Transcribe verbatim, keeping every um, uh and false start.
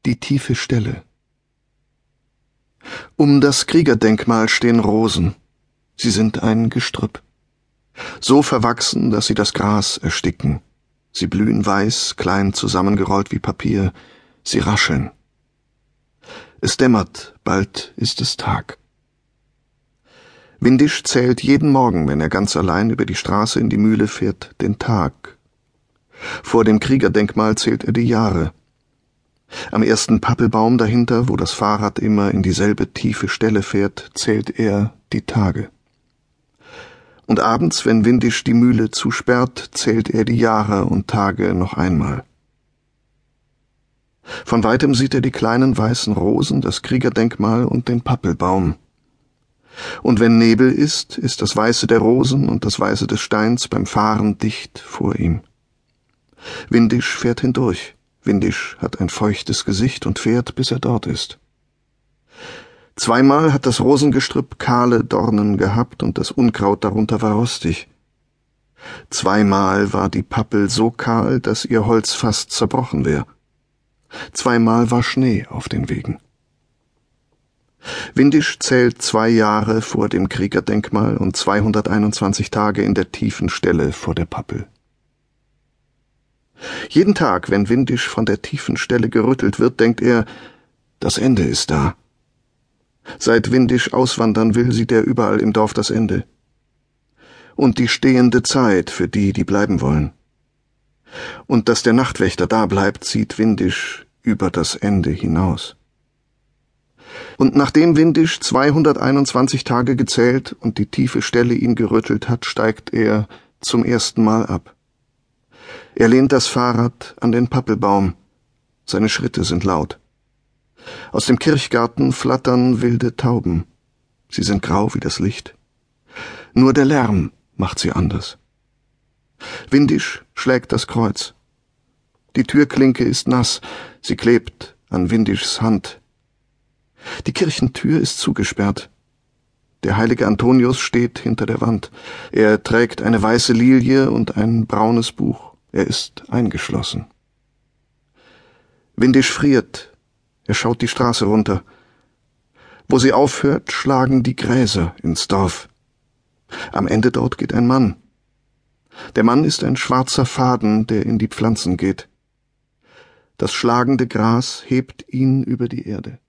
Die tiefe Stelle. Um das Kriegerdenkmal stehen Rosen. Sie sind ein Gestrüpp. So verwachsen, dass sie das Gras ersticken. Sie blühen weiß, klein zusammengerollt wie Papier. Sie rascheln. Es dämmert, bald ist es Tag. Windisch zählt jeden Morgen, wenn er ganz allein über die Straße in die Mühle fährt, den Tag. Vor dem Kriegerdenkmal zählt er die Jahre. Am ersten Pappelbaum dahinter, wo das Fahrrad immer in dieselbe tiefe Stelle fährt, zählt er die Tage. Und abends, wenn Windisch die Mühle zusperrt, zählt er die Jahre und Tage noch einmal. Von weitem sieht er die kleinen weißen Rosen, das Kriegerdenkmal und den Pappelbaum. Und wenn Nebel ist, ist das Weiße der Rosen und das Weiße des Steins beim Fahren dicht vor ihm. Windisch fährt hindurch. Windisch hat ein feuchtes Gesicht und fährt, bis er dort ist. Zweimal hat das Rosengestrüpp kahle Dornen gehabt und das Unkraut darunter war rostig. Zweimal war die Pappel so kahl, dass ihr Holz fast zerbrochen wäre. Zweimal war Schnee auf den Wegen. Windisch zählt zwei Jahre vor dem Kriegerdenkmal und zweihunderteinundzwanzig Tage in der tiefen Stelle vor der Pappel. Jeden Tag, wenn Windisch von der tiefen Stelle gerüttelt wird, denkt er, das Ende ist da. Seit Windisch auswandern will, sieht er überall im Dorf das Ende. Und die stehende Zeit für die, die bleiben wollen. Und dass der Nachtwächter da bleibt, sieht Windisch über das Ende hinaus. Und nachdem Windisch zweihunderteinundzwanzig Tage gezählt und die tiefe Stelle ihn gerüttelt hat, steigt er zum ersten Mal ab. Er lehnt das Fahrrad an den Pappelbaum. Seine Schritte sind laut. Aus dem Kirchgarten flattern wilde Tauben. Sie sind grau wie das Licht. Nur der Lärm macht sie anders. Windisch schlägt das Kreuz. Die Türklinke ist nass. Sie klebt an Windischs Hand. Die Kirchentür ist zugesperrt. Der heilige Antonius steht hinter der Wand. Er trägt eine weiße Lilie und ein braunes Buch. Er ist eingeschlossen. Windisch friert. Er schaut die Straße runter. Wo sie aufhört, schlagen die Gräser ins Dorf. Am Ende dort geht ein Mann. Der Mann ist ein schwarzer Faden, der in die Pflanzen geht. Das schlagende Gras hebt ihn über die Erde.